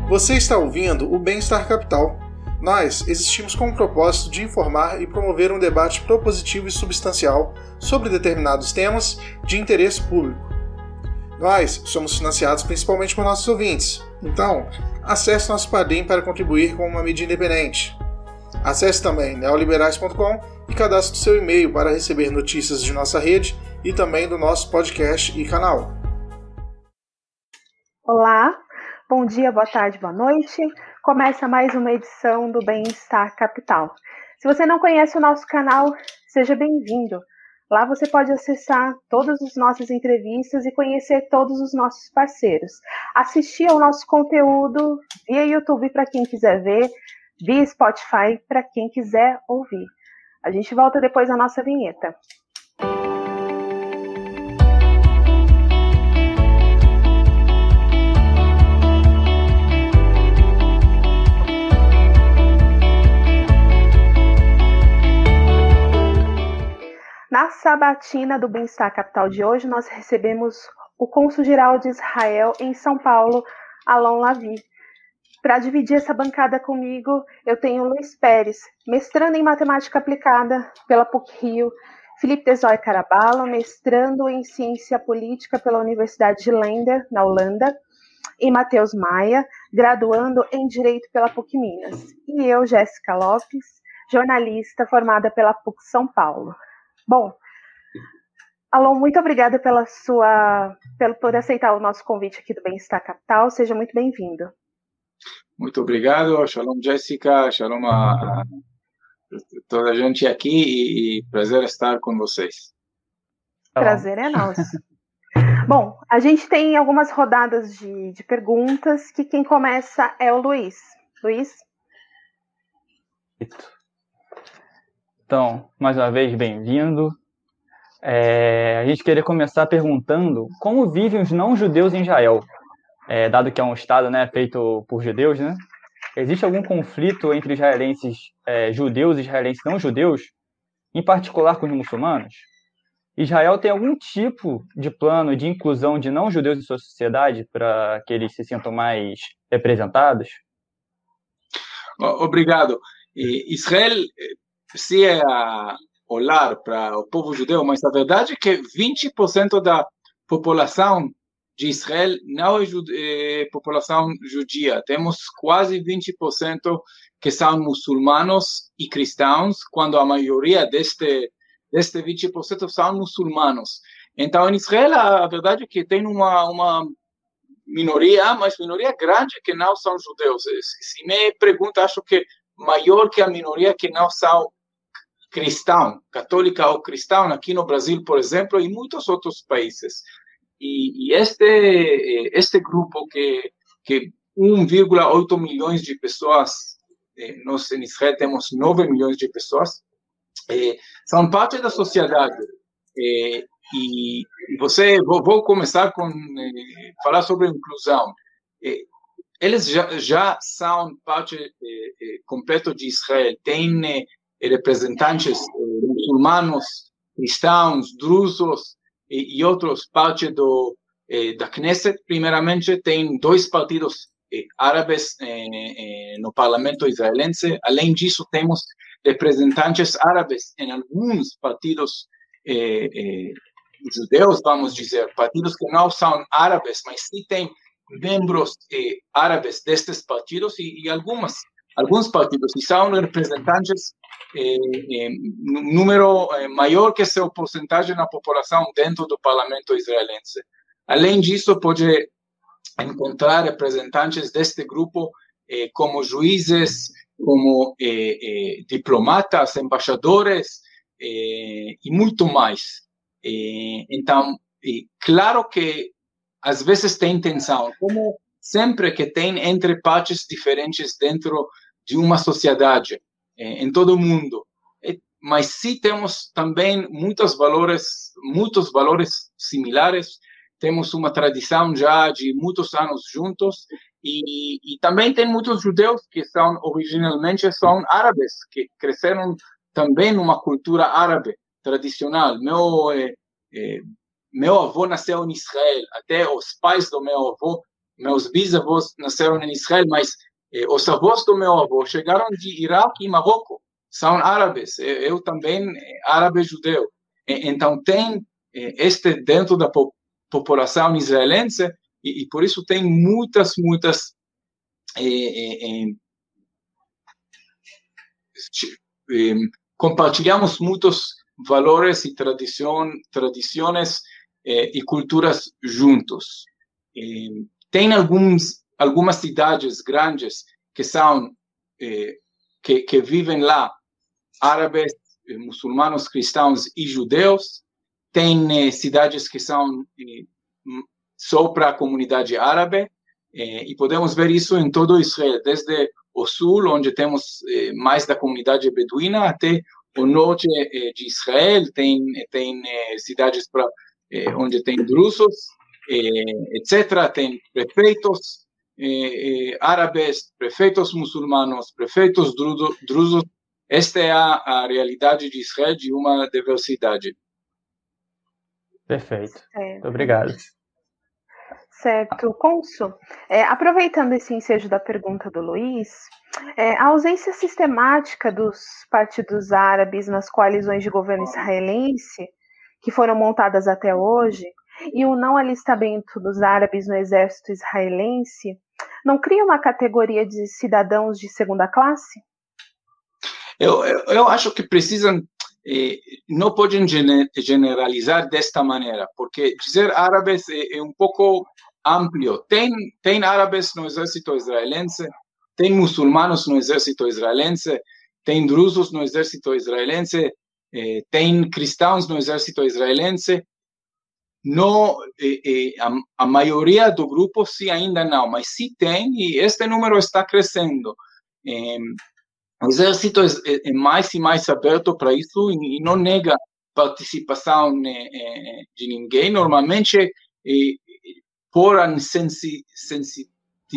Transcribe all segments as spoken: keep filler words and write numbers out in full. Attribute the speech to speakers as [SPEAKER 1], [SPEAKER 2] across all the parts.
[SPEAKER 1] Você está ouvindo o Bem-Estar Capital. Nós existimos com o propósito de informar e promover um debate propositivo e substancial sobre determinados temas de interesse público. Nós somos financiados principalmente por nossos ouvintes, então acesse nosso Padrim para contribuir com uma mídia independente. Acesse também neoliberais ponto com e cadastre seu e-mail para receber notícias de nossa rede e também do nosso podcast e canal.
[SPEAKER 2] Olá, bom dia, boa tarde, boa noite. Começa mais uma edição do Bem-Estar Capital. Se você não conhece o nosso canal, seja bem-vindo. Lá você pode acessar todas as nossas entrevistas e conhecer todos os nossos parceiros. Assistir ao nosso conteúdo via YouTube para quem quiser ver, via Spotify para quem quiser ouvir. A gente volta depois da nossa vinheta. Na sabatina do Bem-Estar Capital de hoje, nós recebemos o cônsul-geral de Israel em São Paulo, Alon Lavi. Para dividir essa bancada comigo, eu tenho Luiz Pérez, mestrando em Matemática Aplicada pela PUC-Rio, Felipe Desoy Caraballo, mestrando em Ciência Política pela Universidade de Lender, na Holanda, e Matheus Maia, graduando em Direito pela PUC-Minas. E eu, Jéssica Lopes, jornalista formada pela PUC São Paulo. Bom, Alon, muito obrigada pela sua, pelo, por aceitar o nosso convite aqui do Bem-Estar Capital. Seja muito bem-vindo.
[SPEAKER 3] Muito obrigado. Shalom, Jéssica. Shalom a toda a gente aqui e, e prazer estar com vocês.
[SPEAKER 2] Prazer é nosso. Bom, a gente tem algumas rodadas de, de perguntas, que quem começa é o Luiz. Luiz?
[SPEAKER 4] Então, mais uma vez, bem-vindo. É, a gente queria começar perguntando como vivem os não-judeus em Israel, é, dado que é um estado, né, feito por judeus, né? Existe algum conflito entre israelenses é, judeus e israelenses não-judeus, em particular com os muçulmanos? Israel tem algum tipo de plano de inclusão de não-judeus em sua sociedade para que eles se sintam mais representados?
[SPEAKER 3] Obrigado. Israel precisa olhar para o povo judeu, mas a verdade é que vinte por cento da população de Israel não é, jude... é população judia. Temos quase vinte por cento que são muçulmanos e cristãos, quando a maioria deste, deste vinte por cento são muçulmanos. Então, em Israel, a verdade é que tem uma, uma minoria, mas minoria grande que não são judeus. Se me pergunta, acho que maior que a minoria que não são cristão, católica ou cristão, aqui no Brasil, por exemplo, e muitos outros países. E, e este, este grupo, que, que um vírgula oito milhões de pessoas, nós em Israel temos nove milhões de pessoas, eh, são parte da sociedade. Eh, e você, vou, vou começar com eh, falar sobre inclusão. Eh, eles já, já são parte eh, eh, completa de Israel, tem eh, representantes eh, muçulmanos, cristãos, drusos e, e outros parte do eh, da Knesset. Primeiramente, tem dois partidos eh, árabes eh, eh, no parlamento israelense. Além disso, temos representantes árabes em alguns partidos eh, eh, judeus, vamos dizer, partidos que não são árabes, mas sim tem membros eh, árabes destes partidos e, e algumas alguns partidos, e são representantes eh, eh, número eh, maior que seu porcentagem na população dentro do parlamento israelense. Além disso, pode encontrar representantes deste grupo eh, como juízes, como eh, eh, diplomatas, embaixadores eh, e muito mais. Eh, então, eh, claro que às vezes tem tensão, como sempre que tem entre partes diferentes dentro de uma sociedade, eh, em todo o mundo. Eh, mas sim temos também muitos valores, muitos valores similares, temos uma tradição já de muitos anos juntos, e, e também tem muitos judeus que são, originalmente, são árabes, que cresceram também numa cultura árabe tradicional. Meu, eh, eh, meu avô nasceu em Israel, até os pais do meu avô meus bisavós nasceram em Israel, mas eh, os avós do meu avô chegaram de Iraque e Marrocos, são árabes, eu, eu também árabe judeu. E, então tem eh, este dentro da po- população israelense, e, e por isso tem muitas, muitas eh, eh, eh, compartilhamos muitos valores e tradição, tradições eh, e culturas juntos. Eh, tem alguns, algumas cidades grandes que são eh, que, que vivem lá árabes, eh, muçulmanos, cristãos e judeus. Tem eh, cidades que são eh, só para a comunidade árabe, eh, e podemos ver isso em todo Israel, desde o sul, onde temos eh, mais da comunidade beduína, até o norte eh, de Israel. Tem, tem eh, cidades pra, eh, onde tem drusos, eh, etcétera. Tem prefeitos eh, eh, árabes, prefeitos muçulmanos, prefeitos drusos. Esta é a, a realidade de Israel, de uma diversidade.
[SPEAKER 4] Perfeito.
[SPEAKER 2] É.
[SPEAKER 4] Muito obrigado.
[SPEAKER 2] Certo. Cônsul, é, aproveitando esse ensejo da pergunta do Luiz, é, a ausência sistemática dos partidos árabes nas coalizões de governo israelense, que foram montadas até hoje, e o não alistamento dos árabes no exército israelense, não cria uma categoria de cidadãos de segunda classe?
[SPEAKER 3] Eu, eu, eu acho que precisam, eh, não podem generalizar desta maneira, porque dizer árabes é, é um pouco amplo. Tem, tem árabes no exército israelense, tem muçulmanos no exército israelense, tem drusos no exército israelense, eh, tem cristãos no exército israelense. No, eh, eh, a, a maioria do grupo, sim, ainda não, mas sim tem, e este número está crescendo. Eh, o exército é, é mais e mais aberto para isso e, e não nega participação eh, de ninguém. Normalmente, eh, por a sensi, sensi,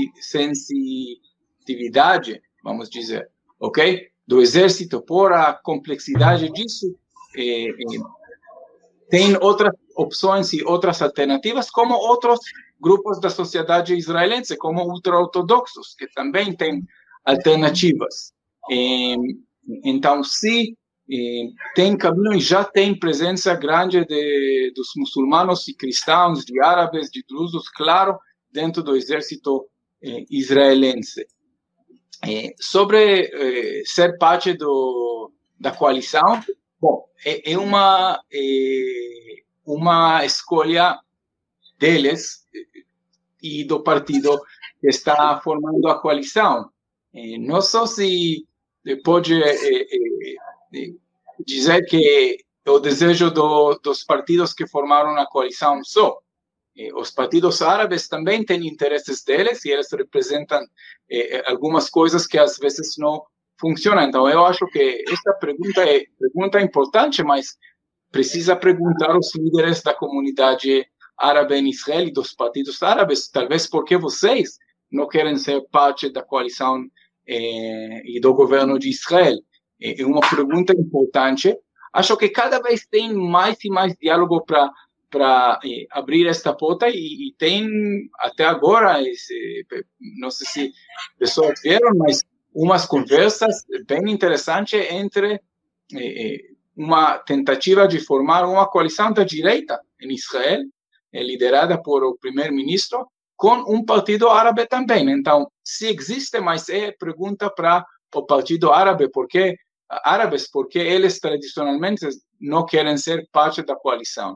[SPEAKER 3] sensitividade, vamos dizer, ok? Do exército, por a complexidade disso, eh, eh, tem outras opções e outras alternativas, como outros grupos da sociedade israelense, como ultra-ortodoxos, que também têm alternativas. Eh, então, se eh, tem caminho e já tem presença grande de, dos muçulmanos e cristãos, de árabes, de drusos, claro, dentro do exército eh, israelense. Eh, sobre eh, ser parte do, da coalição, bom, é, é uma, é uma escolha deles e do partido que está formando a coalição. Eh, não só se pode eh, eh, dizer que é o desejo do, dos partidos que formaram a coalição só. Eh, os partidos árabes também têm interesses deles e eles representam eh, algumas coisas que às vezes não funcionam. Então, eu acho que esta pergunta é pergunta importante, mas precisa perguntar aos líderes da comunidade árabe em Israel e dos partidos árabes, talvez porque vocês não querem ser parte da coalição eh, e do governo de Israel. É uma pergunta importante. Acho que cada vez tem mais e mais diálogo para para eh, abrir esta porta e, e tem até agora, esse, não sei se pessoas viram, mas umas conversas bem interessantes entre eh, uma tentativa de formar uma coalição da direita em Israel, eh, liderada por o primeiro-ministro, com um partido árabe também. Então, se existe, mas é pergunta para o partido árabe, porque árabes, porque eles tradicionalmente não querem ser parte da coalição.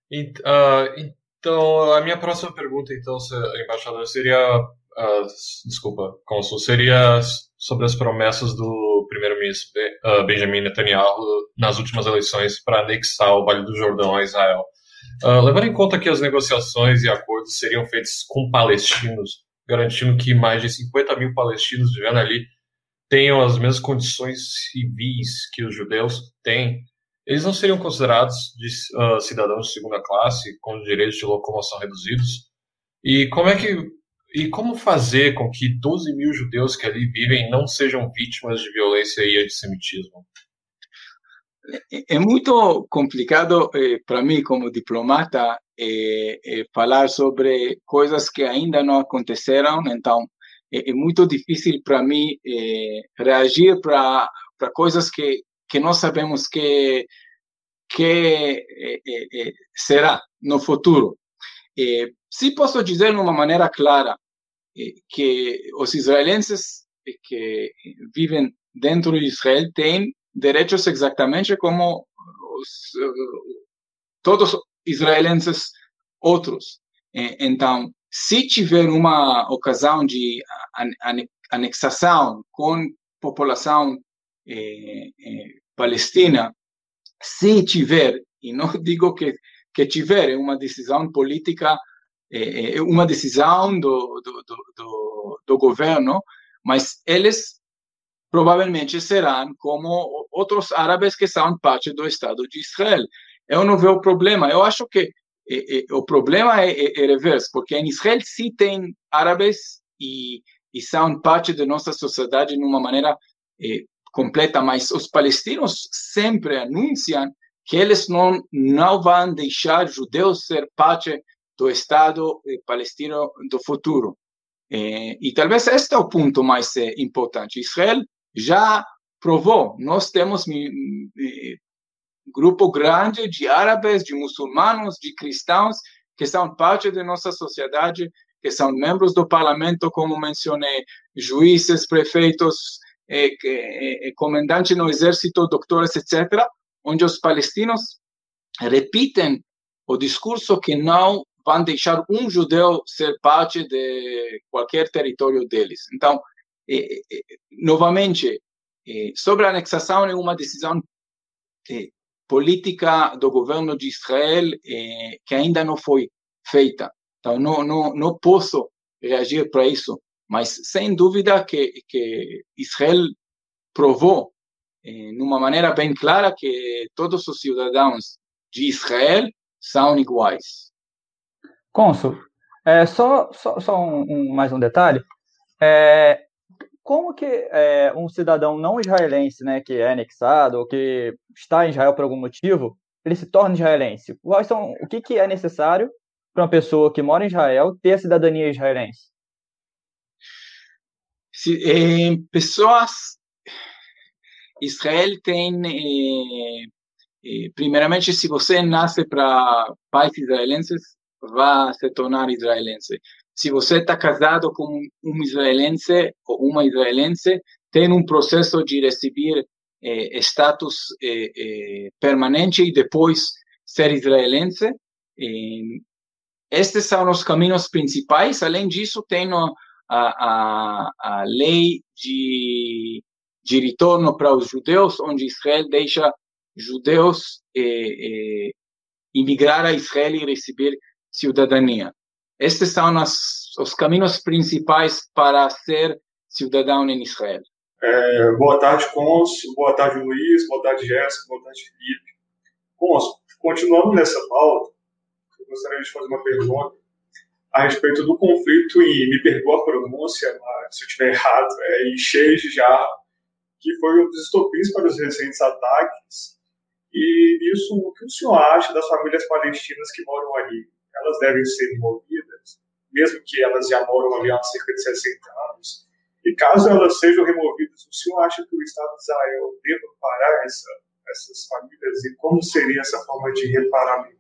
[SPEAKER 5] Então, a minha próxima pergunta, então, embaixador, seria, uh, desculpa, cônsul, seria sobre as promessas do primeiro-ministro uh, Benjamin Netanyahu nas últimas eleições para anexar o Vale do Jordão a Israel. Uh, levando em conta que as negociações e acordos seriam feitos com palestinos, garantindo que mais de cinquenta mil palestinos vivendo ali tenham as mesmas condições civis que os judeus têm, eles não seriam considerados de, uh, cidadãos de segunda classe, com direitos de locomoção reduzidos? E como é que e como fazer com que doze mil judeus que ali vivem não sejam vítimas de violência e antissemitismo?
[SPEAKER 3] É muito complicado eh, para mim, como diplomata, é, é, falar sobre coisas que ainda não aconteceram, então é, é muito difícil para mim é, reagir para para coisas que que não sabemos que que é, é, é, será no futuro. É, se posso dizer de uma maneira clara é, que os israelenses que vivem dentro de Israel têm direitos exatamente como os, todos os israelenses outros. Então, se tiver uma ocasião de anexação com população eh, eh, palestina, se tiver, e não digo que, que tiver, é uma decisão política, é uma decisão do, do, do, do governo, mas eles provavelmente serão como outros árabes que são parte do Estado de Israel. Eu não vejo problema. Eu acho que é, é, o problema é, é, é reverso, porque em Israel sim tem árabes e, e são parte da nossa sociedade de uma maneira é, completa, mas os palestinos sempre anunciam que eles não, não vão deixar judeus ser parte do Estado palestino do futuro. É, e talvez este é o ponto mais é, importante. Israel já provou, nós temos um grupo grande de árabes, de muçulmanos, de cristãos, que são parte da nossa sociedade, que são membros do parlamento, como mencionei, juízes, prefeitos, eh, eh, comandantes no exército, doutores, etcétera, onde os palestinos repetem o discurso que não vão deixar um judeu ser parte de qualquer território deles. Então, eh, eh, novamente, eh, sobre a anexação é uma decisão eh, política do governo de Israel eh, que ainda não foi feita. Então, não, não, não posso reagir para isso, mas sem dúvida que, que Israel provou eh, de uma maneira bem clara que todos os cidadãos de Israel são iguais.
[SPEAKER 4] Cônsul, é, só, só, só um, um, mais um detalhe. É, como que é, um cidadão não israelense, né, que é anexado ou que está em Israel por algum motivo, ele se torna israelense? Quais são, o que, que é necessário para uma pessoa que mora em Israel ter a cidadania israelense?
[SPEAKER 3] Se, eh, pessoas... Israel tem... Eh, eh, primeiramente, se você nasce para pais israelenses, vai se tornar israelense. Se você está casado com um israelense ou uma israelense, tem um processo de receber eh, status eh, eh, permanente e depois ser israelense. Eh, estes são os caminhos principais. Além disso, tem a, a, a lei de, de retorno para os judeus, onde Israel deixa judeus eh, eh, imigrar a Israel e receber cidadania. Estes são as, os caminhos principais para ser cidadão em Israel.
[SPEAKER 6] É, boa tarde, Cônsul. Boa tarde, Luiz. Boa tarde, Jéssica. Boa tarde, Felipe. Cônsul, continuando nessa pauta, eu gostaria de fazer uma pergunta a respeito do conflito, e me perdoa a pronúncia, mas se eu estiver errado, é em Sheikh Jarrah, que foi um dos estopins para os recentes ataques. E isso, o que o senhor acha das famílias palestinas que moram ali? Elas devem ser removidas, mesmo que elas já moram ali há cerca de sessenta anos? E caso elas sejam removidas, o senhor acha que o Estado de Israel deve parar essa, essas famílias? E como seria essa forma de reparamento?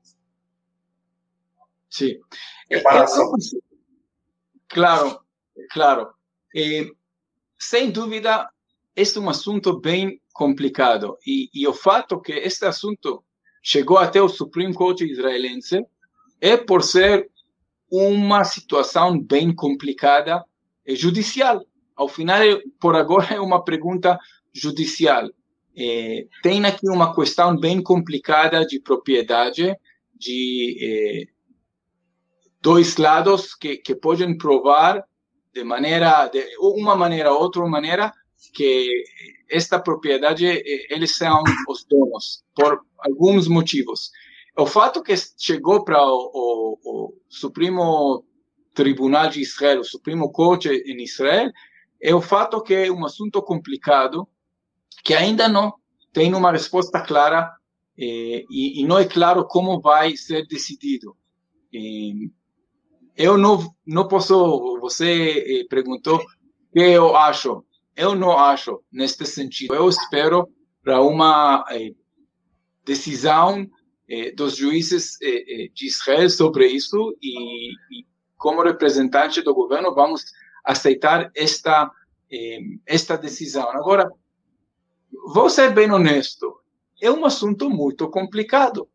[SPEAKER 3] Sim.
[SPEAKER 6] Reparação.
[SPEAKER 3] É, claro, claro. É, sem dúvida, este é um assunto bem complicado. E, e o fato que este assunto chegou até o Supreme Court israelense é por ser uma situação bem complicada e judicial. Ao final, por agora, é uma pergunta judicial. É, tem aqui uma questão bem complicada de propriedade, de é, dois lados que, que podem provar de maneira, de uma maneira ou outra maneira, que esta propriedade, eles são os donos, por alguns motivos. O fato que chegou para o, o, o Supremo Tribunal de Israel, o Supremo Corte em Israel, é o fato que é um assunto complicado, que ainda não tem uma resposta clara eh, e, e não é claro como vai ser decidido. eu não, não posso, você perguntou o que eu acho. Eu não acho neste sentido. Eu espero para uma decisão dos juízes de Israel sobre isso e, e como representante do governo vamos aceitar esta, esta decisão. Agora, vou ser bem honesto, é um assunto muito complicado.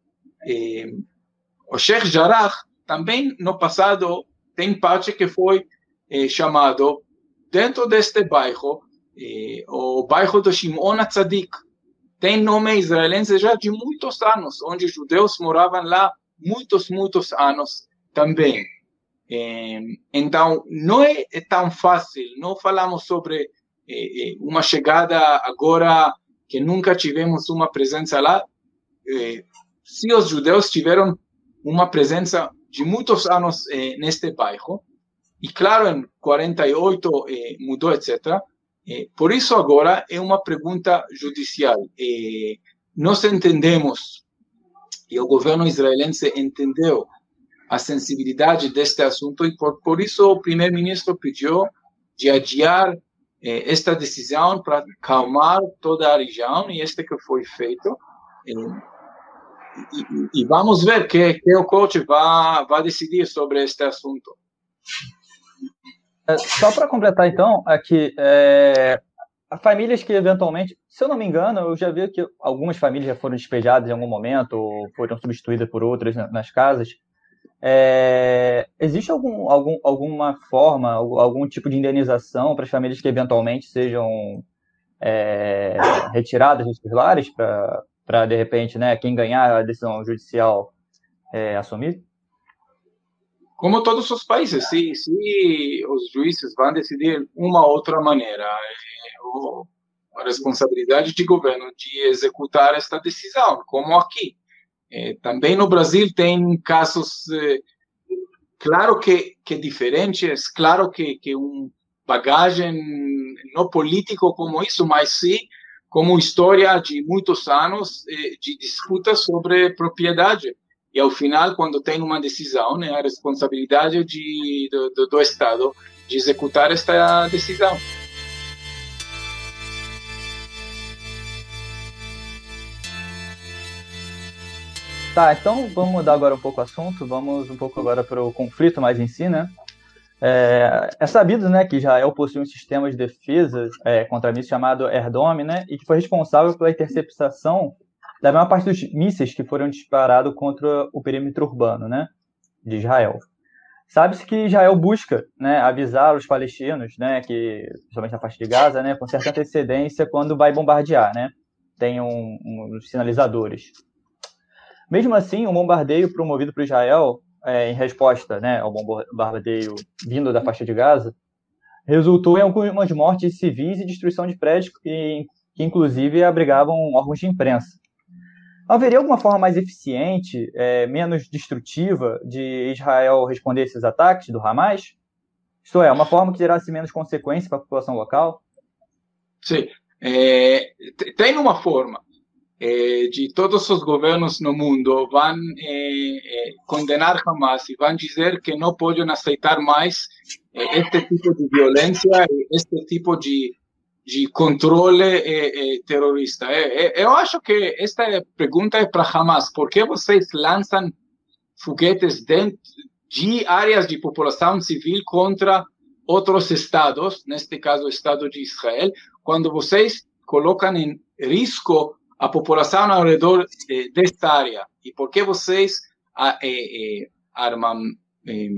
[SPEAKER 3] O Sheikh Jarrah também no passado tem parte que foi chamado dentro deste bairro, o bairro do Shimon HaTzadik. Tem nome israelense já de muitos anos, onde judeus moravam lá muitos, muitos anos também. Então, não é tão fácil, não falamos sobre uma chegada agora que nunca tivemos uma presença lá. Se os judeus tiveram uma presença de muitos anos neste bairro, e claro, em quarenta e oito mudou, etcétera, por isso agora é uma pergunta judicial. Nós entendemos, e o governo israelense entendeu a sensibilidade deste assunto, e por, por isso o primeiro-ministro pediu de adiar esta decisão para calmar toda a região, e este que foi feito. E, e, e vamos ver que, que o coach vai, vai decidir sobre este assunto.
[SPEAKER 4] Só para completar, então, aqui, é, famílias que eventualmente, se eu não me engano, eu já vi que algumas famílias já foram despejadas em algum momento, ou foram substituídas por outras nas casas. É, existe algum, algum, alguma forma, algum tipo de indenização para as famílias que eventualmente sejam é, retiradas dos seus lares, para, de repente, né, quem ganhar a decisão judicial é, assumir?
[SPEAKER 3] Como todos os países, se, se os juízes vão decidir uma ou outra maneira, é a responsabilidade de governo de executar esta decisão, como aqui. É, também no Brasil tem casos, é, claro que, que diferentes, claro que, que um bagagem não político como isso, mas sim como história de muitos anos é, de disputa sobre propriedade. E, ao final, quando tem uma decisão, é a responsabilidade de, do, do Estado de executar esta decisão.
[SPEAKER 4] Tá, então vamos mudar agora um pouco o assunto, vamos um pouco agora para o conflito mais em si, né? É, é sabido, né, que Israel possui um sistema de defesa é, contra mísseis chamado Iron Dome, né, e que foi responsável pela interceptação da maior parte dos mísseis que foram disparados contra o perímetro urbano, né, de Israel. Sabe-se que Israel busca, né, avisar os palestinos, né, que, principalmente na faixa de Gaza, né, com certa antecedência quando vai bombardear, né, tem um, um, uns sinalizadores. Mesmo assim, um bombardeio promovido por Israel, é, em resposta, né, ao bombardeio vindo da faixa de Gaza, resultou em algumas mortes civis e destruição de prédios que, que inclusive abrigavam órgãos de imprensa. Haveria alguma forma mais eficiente, é, menos destrutiva, de Israel responder a esses ataques do Hamas? Isto é, uma forma que gerasse menos consequências para a população local?
[SPEAKER 3] Sim, é, tem uma forma. É, de todos os governos no mundo vão é, é, condenar Hamas e vão dizer que não podem aceitar mais é, este tipo de violência, este tipo de de controle é, é, terrorista. É, é, eu acho que esta pergunta é para Hamas. Por que vocês lançam foguetes dentro de áreas de população civil contra outros estados, neste caso o Estado de Israel, quando vocês colocam em risco a população ao redor eh, desta área? E por que vocês ah, eh, eh, armam, eh,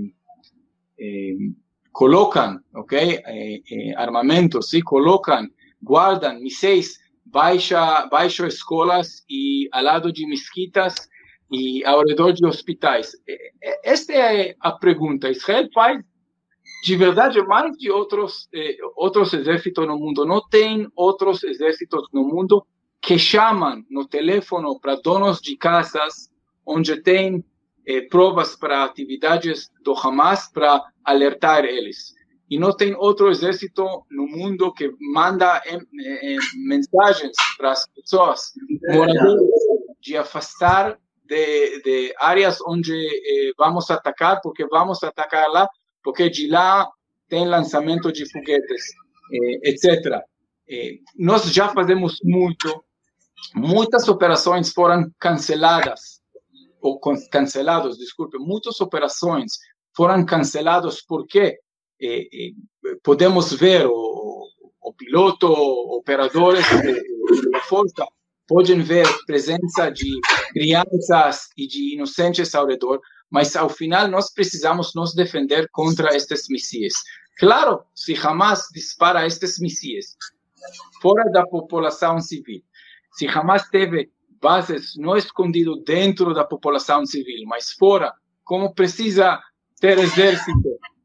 [SPEAKER 3] eh, colocam, ok, eh, eh, armamentos, sim, colocam, guardam mísseis baixa, baixo escolas e ao lado de mesquitas e ao redor de hospitais? Esta é a pergunta. Israel faz de verdade mais de outros eh, outros exércitos no mundo. Não tem outros exércitos no mundo que chamam no telefone para donos de casas onde tem eh, provas para atividades do Hamas para alertar eles. E não tem outro exército no mundo que manda em, em, mensagens para as pessoas moradoras de afastar de, de áreas onde eh, vamos atacar, porque vamos atacar lá, porque de lá tem lançamento de foguetes, eh, etcétera. Eh, nós já fazemos muito, muitas operações foram canceladas, ou cancelados, desculpe, muitas operações foram canceladas porque eh, eh, podemos ver o, o piloto, operadores da força, podem ver presença de crianças e de inocentes ao redor, mas ao final nós precisamos nos defender contra estes mísseis. Claro, se Hamas dispara estes mísseis fora da população civil, se Hamas teve bases não escondido dentro da população civil, mas fora, como precisa ter exército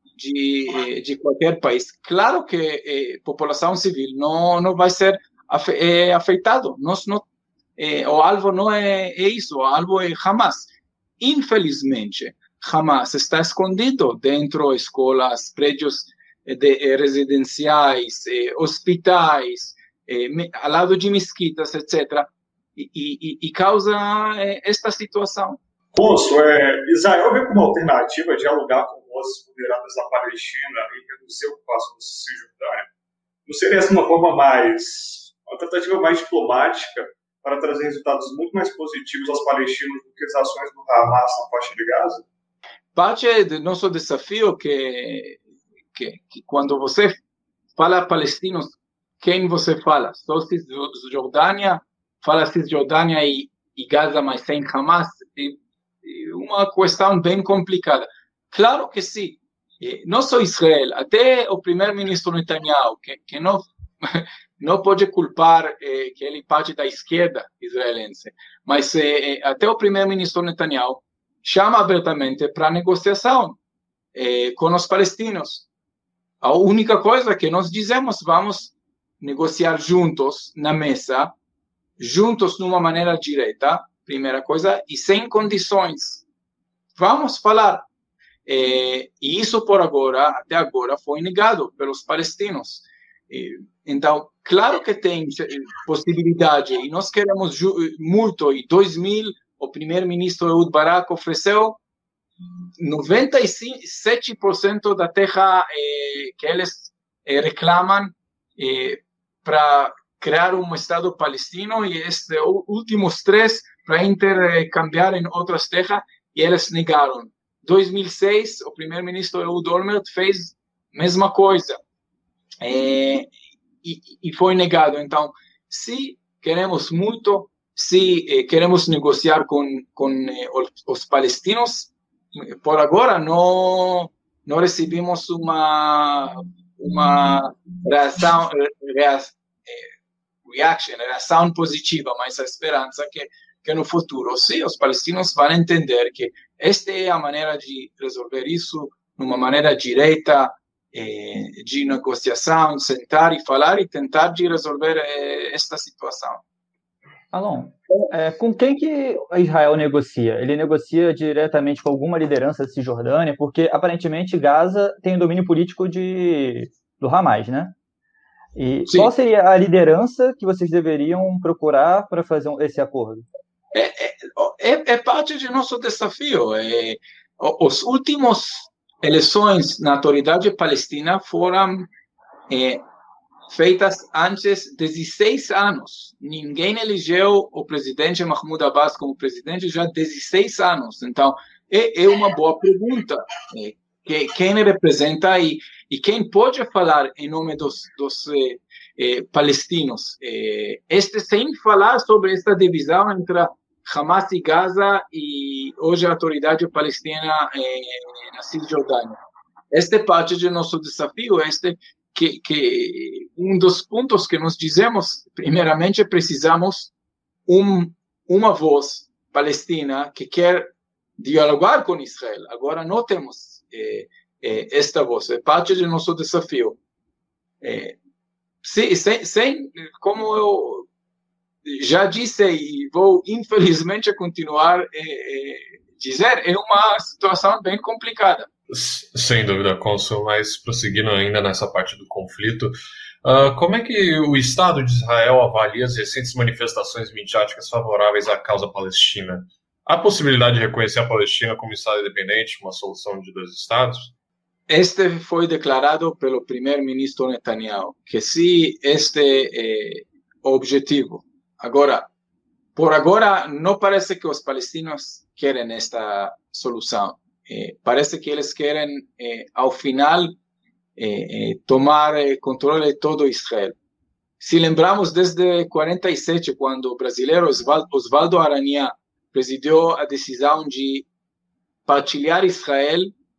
[SPEAKER 3] de, de qualquer país, claro que a eh, população civil não, não vai ser afe, eh, afetado. Nós não, eh, o alvo não é, é isso, o alvo é Hamas. Infelizmente, Hamas está escondido dentro de escolas, prédios de, eh, residenciais, eh, hospitais, eh, ao lado de mesquitas, etcétera, e, e, e causa eh, esta situação.
[SPEAKER 6] Cônsul, é, Israel vê como alternativa dialogar com vozes ponderadas da Palestina e reduzir a ocupação da Cisjordânia. Não seria essa uma forma mais, uma tentativa mais diplomática para trazer resultados muito mais positivos aos palestinos do que as ações do Hamas na faixa de Gaza?
[SPEAKER 3] Parte do nosso desafio que, que, que quando você fala palestinos, quem você fala? Só Cisjordânia, fala Cisjordânia e, e Gaza, mas sem Hamas? E, uma questão bem complicada. Claro que sim. Não só Israel, até o primeiro-ministro Netanyahu, que, que não, não pode culpar eh, que ele parte da esquerda israelense, mas eh, até o primeiro-ministro Netanyahu chama abertamente para negociação eh, com os palestinos. A única coisa que nós dizemos, vamos negociar juntos na mesa, juntos de uma maneira direta, primeira coisa, e sem condições. Vamos falar. É, e isso, por agora, até agora, foi negado pelos palestinos. É, então, claro que tem possibilidade, e nós queremos muito. Em dois mil, o primeiro-ministro Ehud Barak ofereceu noventa e sete por cento da terra é, que eles é, reclamam é, para criar um Estado palestino, e estes últimos três para intercambiar em outras terras, e eles negaram. Em dois mil e seis, o primeiro-ministro Ehud Olmert fez a mesma coisa, é, e, e foi negado. Então, se queremos muito, se eh, queremos negociar com, com eh, os, os palestinos, por agora não, não recebemos uma, uma reação, reação, reaction, reação positiva, mas a esperança que que no futuro, sim, os palestinos vão entender que esta é a maneira de resolver isso, uma maneira direta, eh, de negociação, sentar e falar e tentar de resolver eh, esta situação.
[SPEAKER 4] Alon, é, com quem que Israel negocia? Ele negocia diretamente com alguma liderança da Cisjordânia, porque aparentemente Gaza tem o domínio político de, do Hamas, né? E sim. Qual seria a liderança que vocês deveriam procurar para fazer esse acordo?
[SPEAKER 3] É, é, é parte do nosso desafio. É, os últimos eleições na autoridade palestina foram é, feitas antes de dezesseis anos. Ninguém elegeu o presidente Mahmoud Abbas como presidente já há dezesseis anos. Então, é, é uma boa pergunta. É, que, quem representa e, e quem pode falar em nome dos, dos eh, eh, palestinos? Eh, este sem falar sobre esta divisão entre Hamas e Gaza e hoje a autoridade palestina eh, na Cisjordânia. Esta é parte do nosso desafio, este que, que um dos pontos que nós dizemos, primeiramente, precisamos um, uma voz palestina que quer dialogar com Israel. Agora não temos eh, eh, esta voz, é parte do nosso desafio. Eh, sem, sem, sem, como eu já disse e vou infelizmente continuar a eh, eh, dizer, é uma situação bem complicada.
[SPEAKER 5] Sem dúvida, Cônsul, mas prosseguindo ainda nessa parte do conflito, uh, como é que o Estado de Israel avalia as recentes manifestações midiáticas favoráveis à causa palestina? há possibilidade de reconhecer a Palestina como Estado independente, uma solução de dois Estados?
[SPEAKER 3] Este foi declarado pelo primeiro-ministro Netanyahu, que se este é o objetivo. Agora, por agora, não parece que os palestinos querem esta solução. Eh, parece que eles querem, eh, ao final, eh, eh, tomar eh, controle de todo Israel. Se lembramos, desde quarenta e sete, quando o brasileiro Osvaldo Aranha presidiu a decisão de partilhar Israel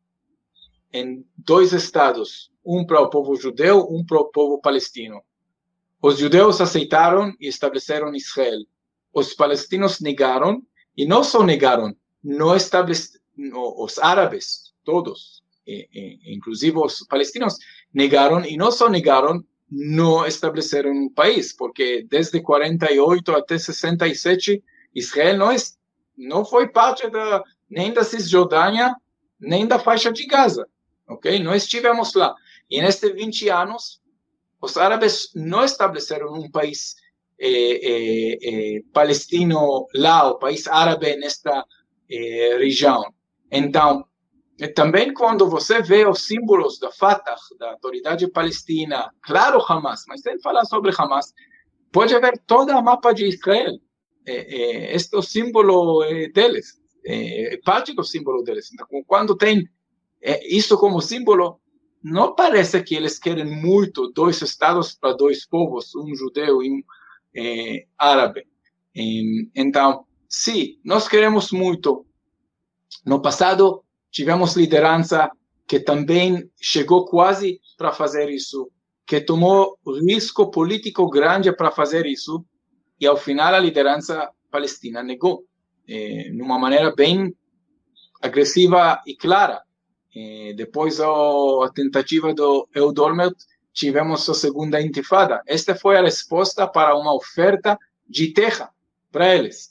[SPEAKER 3] em dois estados, um para o povo judeu, um para o povo palestino. Os judeus aceitaram e estabeleceram Israel. Os palestinos negaram, e não só negaram, não estabeleceram, os árabes, todos, e, e, inclusive os palestinos, negaram, e não só negaram, não estabeleceram um país, porque desde quarenta e oito até sessenta e sete, Israel não, é, não foi parte da, nem da Cisjordânia, nem da faixa de Gaza. Okay? Não estivemos lá. E nestes vinte anos, os árabes não estabeleceram um país eh, eh, eh, palestino lá, o país árabe nesta eh, região. Então, também quando você vê os símbolos da Fatah, da Autoridade Palestina, claro Hamas, mas sem falar sobre Hamas, pode ver toda a mapa de Israel. Eh, eh, este é o símbolo eh, deles, é parte do símbolo deles. Então, quando tem É, isso como símbolo, não parece que eles querem muito dois estados para dois povos, um judeu e um é, árabe. E, então, sim, nós queremos muito. No passado, tivemos liderança que também chegou quase para fazer isso, que tomou risco político grande para fazer isso, e ao final a liderança palestina negou, é, de uma maneira bem agressiva e clara. E depois a tentativa do Ehud Olmert, tivemos a segunda intifada. Esta foi a resposta para uma oferta de terra para eles.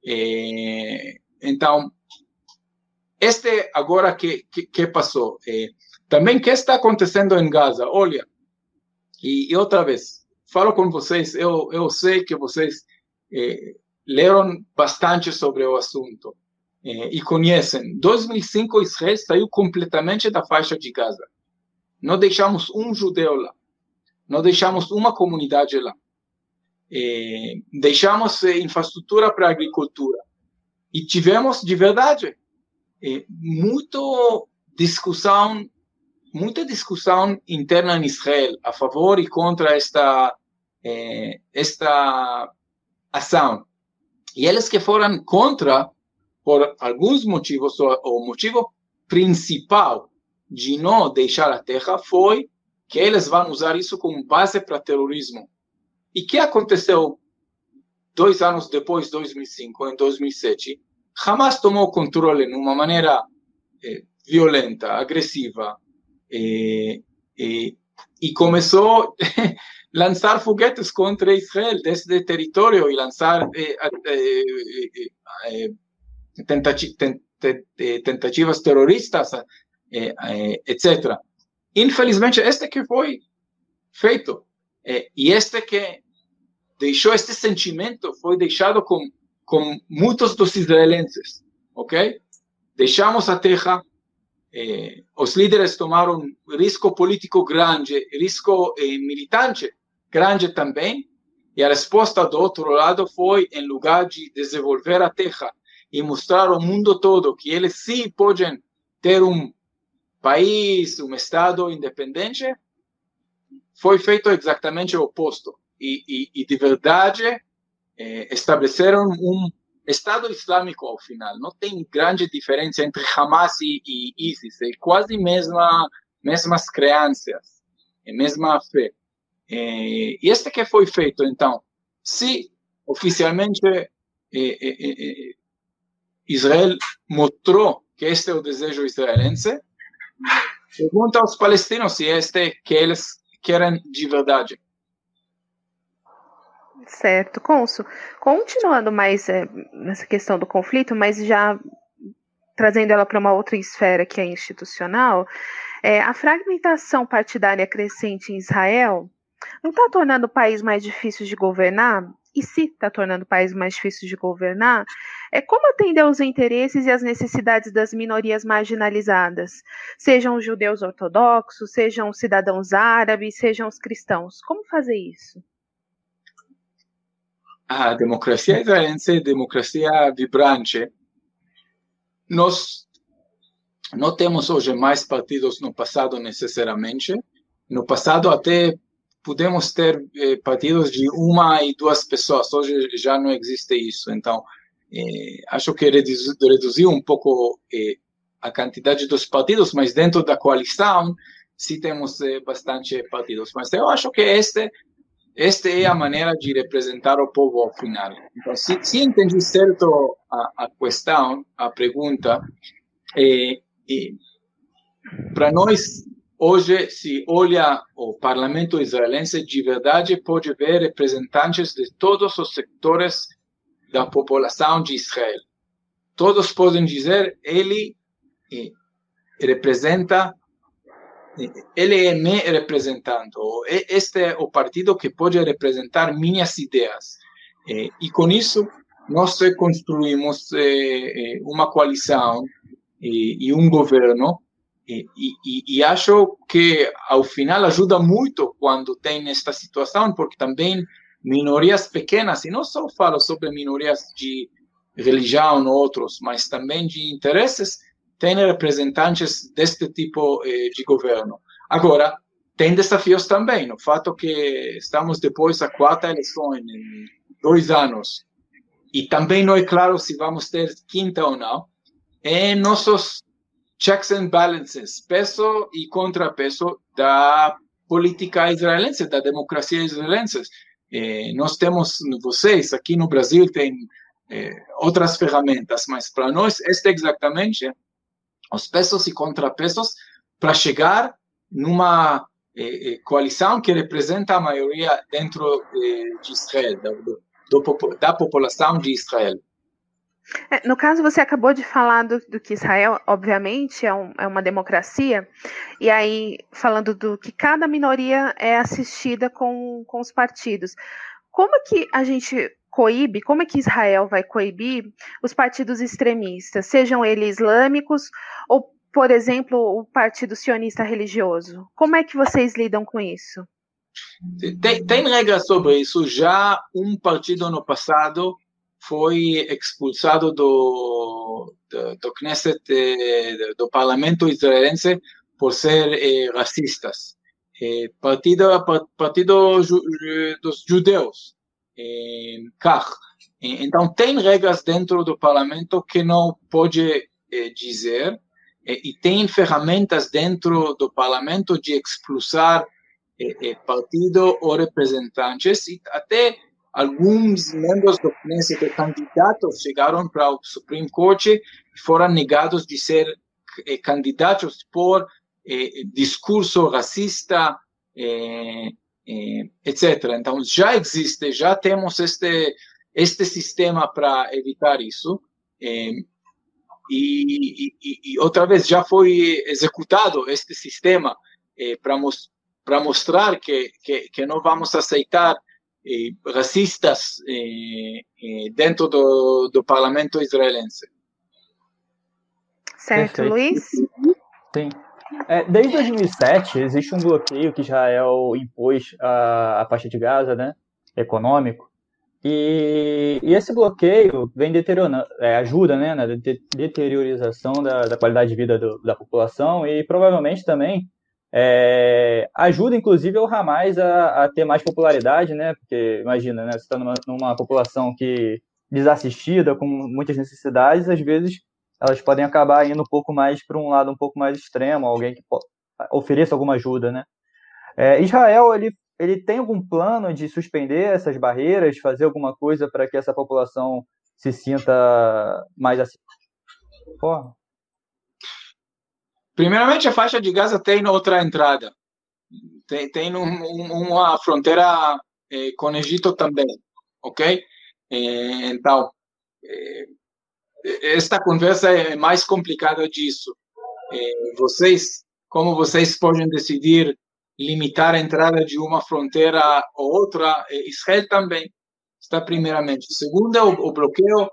[SPEAKER 3] E, então, este agora que, que, que passou. E, também o que está acontecendo em Gaza? Olha, e, e outra vez, falo com vocês, eu, eu sei que vocês eh, leram bastante sobre o assunto. E conhecem. Em dois mil e cinco, Israel saiu completamente da faixa de Gaza. Não deixamos um judeu lá. Não deixamos uma comunidade lá. E deixamos infraestrutura para a agricultura. E tivemos, de verdade, muito discussão, muita discussão interna em Israel, a favor e contra esta, esta ação. E eles que foram contra, por alguns motivos, o motivo principal de não deixar a terra foi que eles vão usar isso como base para terrorismo. E o que aconteceu dois anos depois, dois mil e cinco, em dois mil e sete? Hamas tomou o controle de uma maneira eh, violenta, agressiva, eh, eh, e começou a lançar foguetes contra Israel desse território e lançar eh, eh, eh, tentativas terroristas, etcétera. Infelizmente, este que foi feito, e este que deixou este sentimento, foi deixado com, com muitos dos israelenses, ok? Deixamos a terra, eh, os líderes tomaram risco político grande, risco eh, militante grande também, e a resposta do outro lado foi, em lugar de desenvolver a terra, e mostrar ao mundo todo que eles sim podem ter um país, um estado independente, foi feito exatamente o oposto. E, e, e de verdade, eh, estabeleceram um Estado Islâmico ao final. Não tem grande diferença entre Hamas e, e ISIS. É quase mesma, mesmas crenças, é mesma fé. Eh, e este que foi feito, então, se oficialmente eh, eh, eh, Israel mostrou que este é o desejo israelense, pergunta aos palestinos se é este que eles querem de verdade.
[SPEAKER 2] Certo, Cônsul. Continuando mais é, nessa questão do conflito, mas já trazendo ela para uma outra esfera que é institucional, é, a fragmentação partidária crescente em Israel não está tornando o país mais difícil de governar? E se está tornando o país mais difícil de governar, É como atender aos interesses e às necessidades das minorias marginalizadas, sejam os judeus ortodoxos, sejam os cidadãos árabes, sejam os cristãos. Como fazer isso?
[SPEAKER 3] A democracia israelense é democracia vibrante. Nós não temos hoje mais partidos no passado necessariamente. No passado até podemos ter eh, partidos de uma e duas pessoas. Hoje já não existe isso. Então, eh, acho que reduziu, reduziu um pouco eh, a quantidade dos partidos, mas dentro da coalição sim temos eh, bastante partidos. Mas eu acho que este Esta é a maneira de representar o povo ao final. Então, se, se entendi certo a, a questão, a pergunta, é, é, para nós, hoje, se olha o parlamento israelense, de verdade pode ver representantes de todos os setores da população de Israel. Todos podem dizer, ele é, representa ele é me representando. Este é o partido que pode representar minhas ideias. E com isso, nós construímos uma coalição e um governo. E, e, e acho que, ao final, ajuda muito quando tem esta situação, porque também minorias pequenas, e não só falo sobre minorias de religião ou outros, mas também de interesses, tem representantes deste tipo eh, de governo. Agora, tem desafios também. O fato que estamos depois da quarta eleição em dois anos, e também não é claro se vamos ter quinta ou não, é nossos checks and balances, peso e contrapeso da política israelense, da democracia israelense. Eh, nós temos, vocês aqui no Brasil, tem eh, outras ferramentas, mas para nós, este é exatamente os pesos e contrapesos para chegar numa eh, coalição que representa a maioria dentro eh, de Israel, da, do, da população de Israel.
[SPEAKER 2] É, no caso, você acabou de falar do, do que Israel, obviamente, é, um, é uma democracia, e aí falando do que cada minoria é assistida com, com os partidos. Como é que a gente coíbe, como é que Israel vai coibir os partidos extremistas, sejam eles islâmicos ou, por exemplo, o Partido Sionista Religioso? Como é que vocês lidam com isso?
[SPEAKER 3] Tem, tem regras sobre isso. Já um partido no passado foi expulsado do, do, do Knesset, do parlamento israelense, por ser eh, racistas. Eh, partido, partido ju, dos judeus. Eh, então, tem regras dentro do parlamento que não pode eh, dizer, eh, e tem ferramentas dentro do parlamento de expulsar eh, eh, partido ou representantes, e até alguns membros do Knesset candidatos chegaram para o Supreme Court e foram negados de ser eh, candidatos por eh, discurso racista, eh, eh, etcétera. Então, já existe, já temos este, este sistema para evitar isso. Eh, e, e, e, outra vez, já foi executado este sistema eh, para mos, para mostrar que, que, que não vamos aceitar eh, racistas eh, eh, dentro do, do parlamento israelense.
[SPEAKER 2] Certo,
[SPEAKER 4] Perfeito.
[SPEAKER 2] Luiz?
[SPEAKER 4] Sim. É, desde dois mil e sete, existe um bloqueio que Israel impôs a, a faixa de Gaza, né, econômico, e, e esse bloqueio vem deteriorando, é, ajuda, né, na deteriorização da, da qualidade de vida do, da população e provavelmente também é, ajuda, inclusive, o Hamas a, a ter mais popularidade, né, porque, imagina, né, você está numa, numa população que desassistida, com muitas necessidades, às vezes elas podem acabar indo um pouco mais para um lado um pouco mais extremo, alguém que ofereça alguma ajuda, né? É, Israel, ele, ele tem algum plano de suspender essas barreiras, fazer alguma coisa para que essa população se sinta mais assim? Porra.
[SPEAKER 3] Primeiramente, a faixa de Gaza tem outra entrada. Tem, tem um, um, uma fronteira eh, com o Egito também, ok? Eh, então, eh, esta conversa é mais complicada disso. Eh, vocês, como vocês podem decidir limitar a entrada de uma fronteira ou outra? Eh, Israel também está primeiramente. Segundo, o, o bloqueio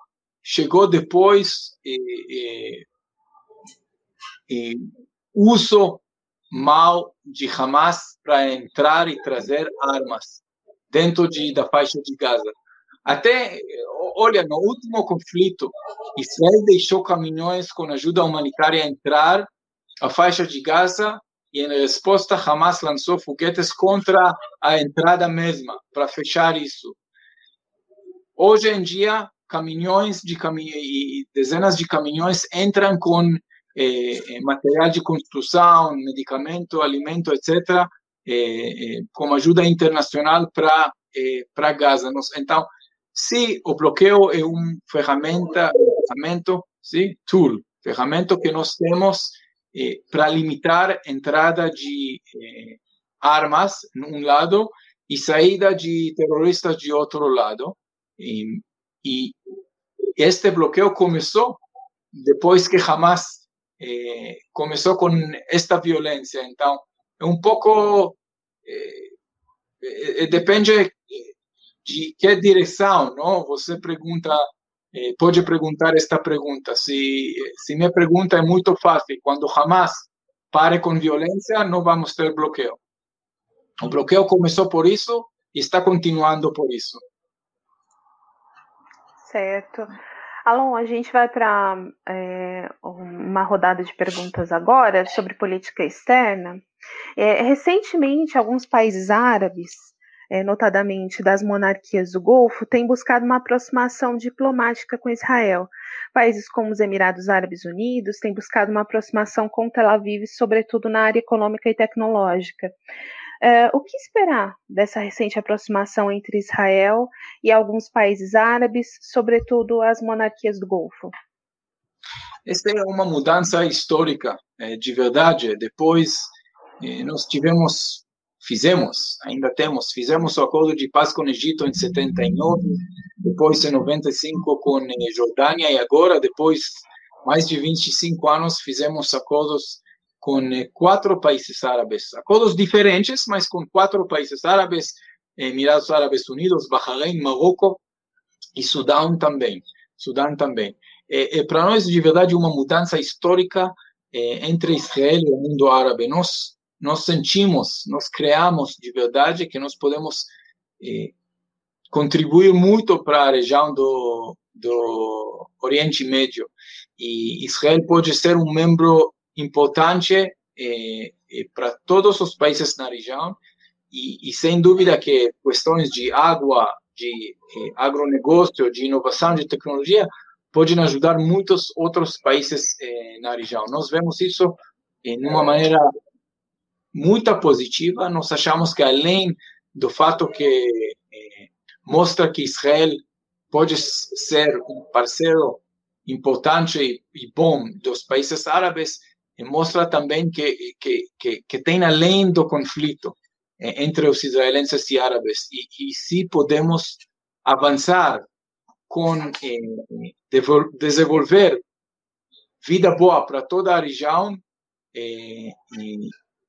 [SPEAKER 3] chegou depois eh, eh, eh, uso mal de Hamas para entrar e trazer armas dentro de, da faixa de Gaza. Até, olha, no último conflito, Israel deixou caminhões com ajuda humanitária entrar a faixa de Gaza e, em resposta, Hamas lançou foguetes contra a entrada mesma, para fechar isso. Hoje em dia, caminhões de cami- e dezenas de caminhões entram com eh, material de construção, medicamento, alimento, etcétera, eh, eh, com ajuda internacional para eh, para Gaza. Então, se o bloqueio é uma ferramenta, um ferramenta, sim, tool, ferramenta que nós temos eh, para limitar a entrada de eh, armas, num lado, e saída de terroristas de outro lado. E, e este bloqueio começou depois que Hamas eh, começou com esta violência. Então, é um pouco... Eh, eh, depende de que direção, não? Você pergunta, eh, pode perguntar esta pergunta. Se, se minha pergunta é muito fácil, quando Hamas pare com violência, não vamos ter bloqueio. O bloqueio começou por isso e está continuando por isso.
[SPEAKER 2] Certo. Alon, a gente vai para é, uma rodada de perguntas agora sobre política externa. É, recentemente, alguns países árabes, é, notadamente das monarquias do Golfo, têm buscado uma aproximação diplomática com Israel. Países como os Emirados Árabes Unidos têm buscado uma aproximação com Tel Aviv, sobretudo na área econômica e tecnológica. Uh, o que esperar dessa recente aproximação entre Israel e alguns países árabes, sobretudo as monarquias do Golfo?
[SPEAKER 3] Esta é uma mudança histórica, de verdade. Depois nós tivemos, fizemos, ainda temos, fizemos o acordo de paz com o Egito em setenta e nove, depois em noventa e cinco com a Jordânia, e agora, depois mais de vinte e cinco anos, fizemos acordos com quatro países árabes, acordos diferentes, mas com quatro países árabes, Emirados Árabes Unidos, Bahrein, Marrocos e Sudão também. Sudão também. É, é para nós, de verdade, uma mudança histórica é, entre Israel e o mundo árabe. Nós, nós sentimos, nós criamos de verdade que nós podemos é, contribuir muito para a região do, do Oriente Médio. E Israel pode ser um membro importante eh, eh, para todos os países na região e, e sem dúvida que questões de água, de eh, agronegócio, de inovação, de tecnologia podem ajudar muitos outros países eh, na região. Nós vemos isso de eh, uma maneira muito positiva. Nós achamos que além do fato que eh, mostra que Israel pode ser um parceiro importante e, e bom dos países árabes, e mostra também que, que, que, que tem além do conflito eh, entre os israelenses e árabes. E, e se podemos avançar com eh, desenvolver vida boa para toda a região eh, e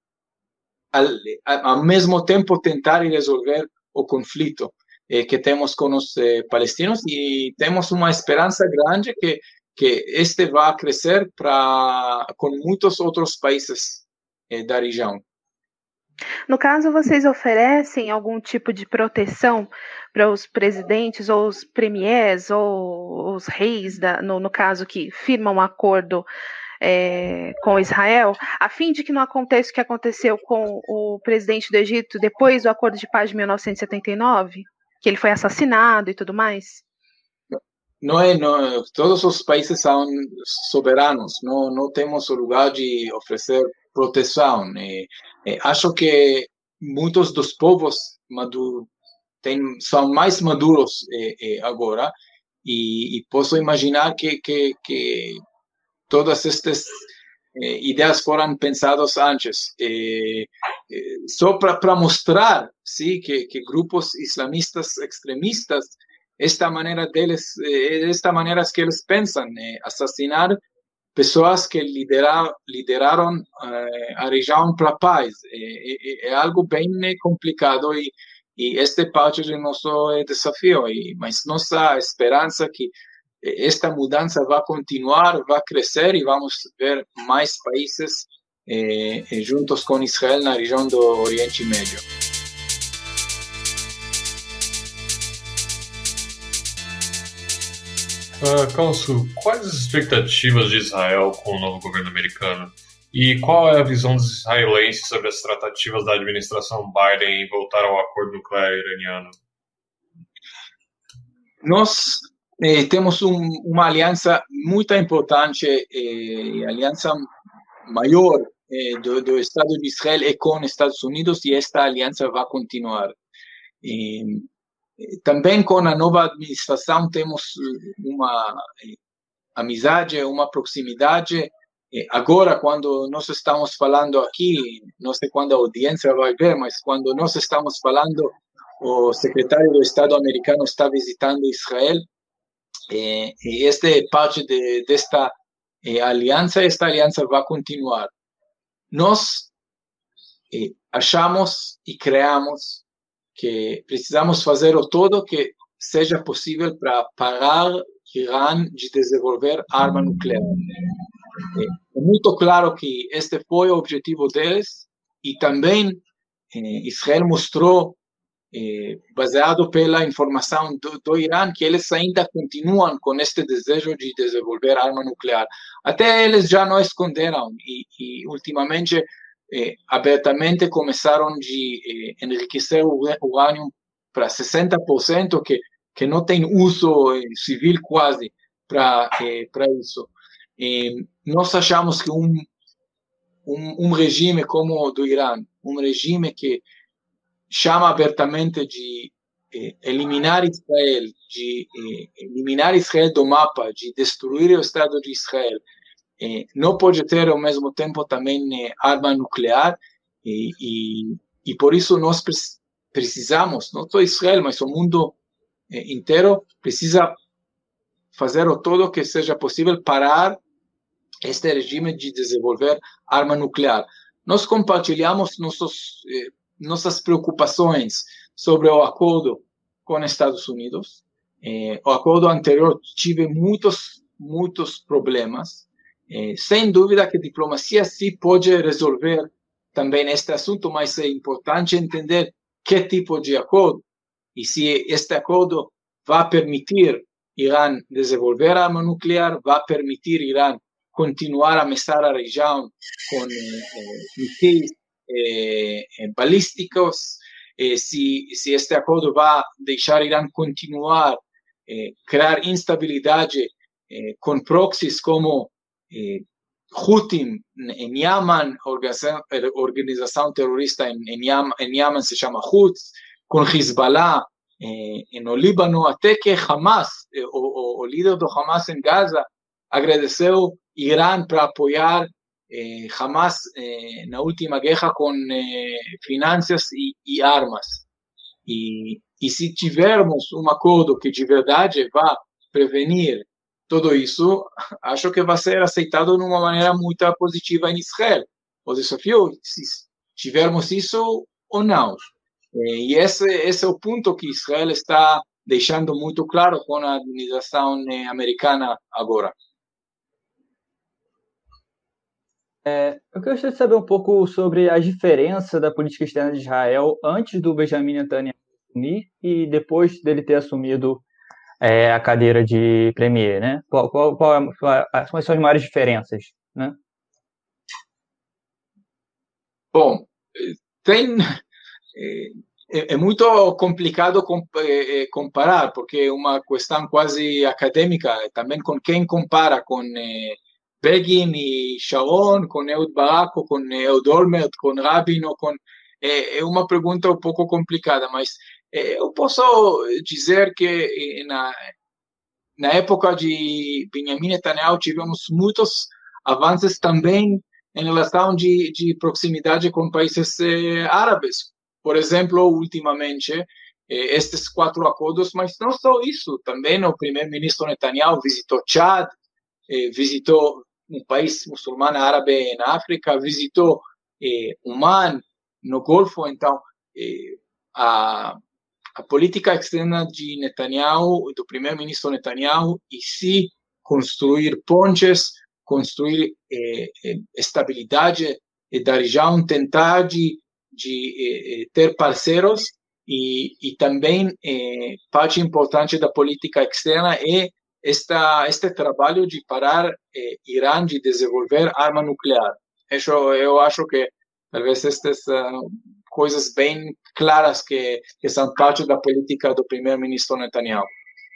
[SPEAKER 3] ao, ao mesmo tempo tentar resolver o conflito eh, que temos com os eh, palestinos, e temos uma esperança grande que que este vai crescer para com muitos outros países eh, da região.
[SPEAKER 2] No caso, vocês oferecem algum tipo de proteção para os presidentes ou os premiers ou os reis, da, no, no caso que firmam um acordo é, com Israel, a fim de que não aconteça o que aconteceu com o presidente do Egito depois do acordo de paz de mil novecentos e setenta e nove, que ele foi assassinado e tudo mais?
[SPEAKER 3] Não é, não, todos os países são soberanos, não, não temos o lugar de oferecer proteção. E, e acho que muitos dos povos maduros tem, são mais maduros eh, eh, agora, e, e posso imaginar que, que, que todas estas eh, ideias foram pensadas antes, eh, eh, só para mostrar, sim, que, que grupos islamistas extremistas, esta maneira deles, esta maneira que eles pensam, eh, assassinar pessoas que lidera, lideraram eh, a região para a paz. É, é, é algo bem complicado, e, e este é parte do nosso desafio. E, mas nossa esperança que esta mudança vai continuar, vai crescer e vamos ver mais países eh, juntos com Israel na região do Oriente Médio.
[SPEAKER 5] Uh, Cônsul, quais as expectativas de Israel com o novo governo americano? E qual é a visão dos israelenses sobre as tratativas da administração Biden em voltar ao acordo nuclear iraniano?
[SPEAKER 3] Nós eh, temos um, uma aliança muito importante, eh, aliança maior eh, do, do Estado de Israel é com os Estados Unidos, e esta aliança vai continuar. Eh, Também com a nova administração temos uma amizade, uma proximidade. Agora, quando nós estamos falando aqui, não sei quando a audiência vai ver, mas quando nós estamos falando, o secretário do Estado americano está visitando Israel, e esta é parte de, desta aliança. Esta aliança vai continuar. Nós achamos e criamos que precisamos fazer o todo que seja possível para parar Irã de desenvolver arma nuclear. É muito claro que este foi o objetivo deles, e também eh, Israel mostrou, eh, baseado pela informação do, do Irã, que eles ainda continuam com este desejo de desenvolver arma nuclear. Até eles já não esconderam, e, e ultimamente Eh, abertamente começaram a eh, enriquecer o urânio para sessenta por cento, que, que não tem uso eh, civil quase para eh, isso. Eh, nós achamos que um, um, um regime como o do Irã, um regime que chama abertamente de eh, eliminar Israel, de eh, eliminar Israel do mapa, de destruir o Estado de Israel, Eh, não pode ter ao mesmo tempo também eh, arma nuclear, e, e, e por isso nós precisamos, não só Israel, mas o mundo eh, inteiro precisa fazer o todo que seja possível parar este regime de desenvolver arma nuclear. Nós compartilhamos nossos, eh, nossas preocupações sobre o acordo com os Estados Unidos. Eh, o acordo anterior tive muitos, muitos problemas. Eh, sem dúvida que a diplomacia sim pode resolver também este assunto, mas é importante entender que tipo de acordo, e se este acordo vai permitir Irã desenvolver arma nuclear, vai permitir Irã continuar a ameaçar a região com mísseis eh, eh, balísticos, eh, se, se este acordo vai deixar Irã continuar eh, criar instabilidade eh, com proxies como Eh, Houthim em Yemen, organização, organização terrorista em, em, Yemen, em Yemen se chama Houths, com Hezbollah eh, no Líbano, até que Hamas, eh, o, o, o líder do Hamas em Gaza, agradeceu Irã para apoiar eh, Hamas eh, na última guerra com eh, finanças e, e armas. E, e se tivermos um acordo que de verdade vai prevenir tudo isso, acho que vai ser aceitado de uma maneira muito positiva em Israel. O desafio, se tivermos isso ou não. E esse, esse é o ponto que Israel está deixando muito claro com a administração americana agora.
[SPEAKER 4] É, eu gostaria de saber um pouco sobre a diferença da política externa de Israel antes do Benjamin Netanyahu assumir e depois dele ter assumido É, a cadeira de premier, né? Qual, qual, qual, qual, quais são as maiores diferenças, né?
[SPEAKER 3] Bom, tem é, é muito complicado comparar, porque é uma questão quase acadêmica, também com quem compara, com eh, Begin e Sharon, com Ehud Barak, com Ehud Olmert, com Rabin, com, é, é uma pergunta um pouco complicada, mas eu posso dizer que na, na época de Benjamin Netanyahu tivemos muitos avanços também em relação de, de proximidade com países eh, árabes. Por exemplo, ultimamente, eh, estes quatro acordos, mas não só isso, também o primeiro-ministro Netanyahu visitou Chad, eh, visitou um país muçulmano árabe na África, visitou eh, Oman, no Golfo, então, eh, a a política externa de Netanyahu, do primeiro-ministro Netanyahu, e se construir pontes, construir eh, estabilidade, e dar já um tentar de, de eh, ter parceiros, e, e também eh, parte importante da política externa é esta, este trabalho de parar eh, Irã de desenvolver arma nuclear. Isso, eu acho que talvez estas uh, coisas bem claras que, que são parte da política do primeiro-ministro Netanyahu.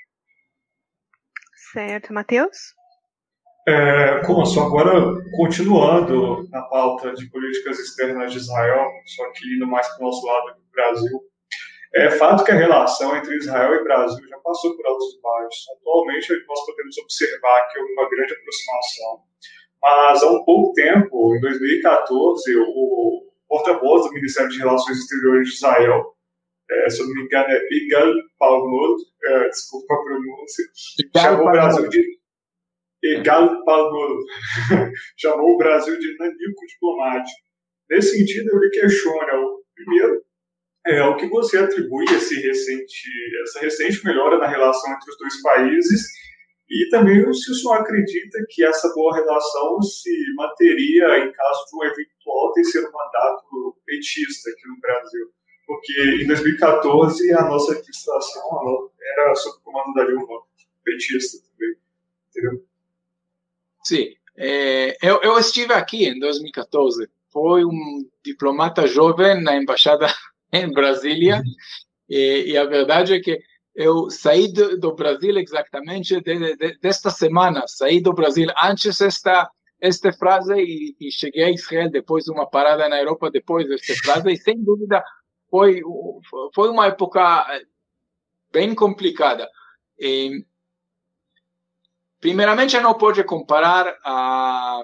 [SPEAKER 2] Certo, Matheus?
[SPEAKER 6] É, Consul, agora continuando na pauta de políticas externas de Israel, só que indo mais para o nosso lado do Brasil, é fato que a relação entre Israel e Brasil já passou por altos e baixos. Atualmente nós podemos observar que houve uma grande aproximação, mas há um pouco tempo, em dois mil e quatorze, o porta-voz do Ministério de Relações Exteriores de Israel, é, se eu não me engano é Igal Palmod, é, desculpa a pronúncia,
[SPEAKER 3] Igal
[SPEAKER 6] chamou o Brasil
[SPEAKER 3] Palmod.
[SPEAKER 6] de Igal Palmod, chamou o Brasil de nanico diplomático. Nesse sentido, eu lhe questiono, primeiro, é, o que você atribui esse recente, essa recente melhora na relação entre os dois países, e também se o senhor acredita que essa boa relação se manteria em caso de um eventual terceiro mandato petista aqui no Brasil. Porque em dois mil e quatorze a nossa administração era sob o comando da Dilma, petista também, entendeu?
[SPEAKER 3] Sim, é, eu, eu estive aqui em dois mil e quatorze, foi um diplomata jovem na embaixada em Brasília, e, e a verdade é que eu saí do, do Brasil exatamente de, de, desta semana, saí do Brasil antes desta esta frase e, e cheguei a Israel depois de uma parada na Europa depois desta frase, e sem dúvida foi, foi uma época bem complicada. E, primeiramente, não pode comparar a,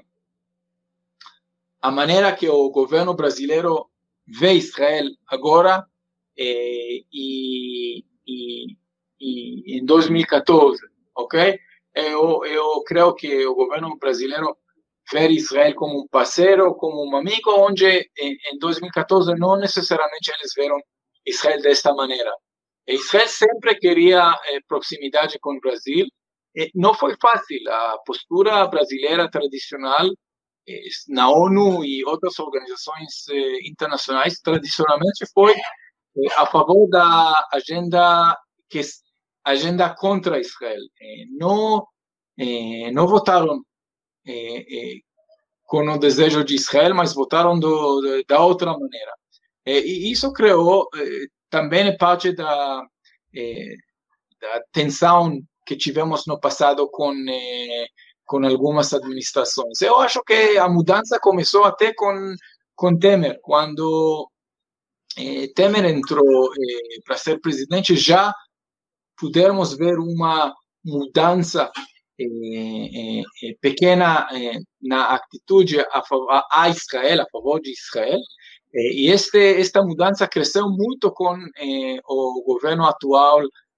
[SPEAKER 3] a maneira que o governo brasileiro vê Israel agora e, e, e, e em dois mil e quatorze, ok? Eu, eu creio que o governo brasileiro vê Israel como um parceiro, como um amigo, onde em, em dois mil e quatorze não necessariamente eles viram Israel desta maneira. Israel sempre queria eh, proximidade com o Brasil. Eh, não foi fácil. A postura brasileira tradicional eh, na ONU e outras organizações eh, internacionais tradicionalmente foi eh, a favor da agenda que agenda contra Israel. Eh, não eh, não votaram eh, eh, com o desejo de Israel, mas votaram do, do, da outra maneira. Eh, e isso criou eh, também parte da, eh, da tensão que tivemos no passado com, eh, com algumas administrações. Eu acho que a mudança começou até com, com Temer, quando eh, Temer entrou eh, para ser presidente, já pudemos ver uma mudança eh, eh, pequena eh, na atitude a, a, a Israel, a favor de Israel, eh, e este, esta mudança cresceu muito com eh, o governo atual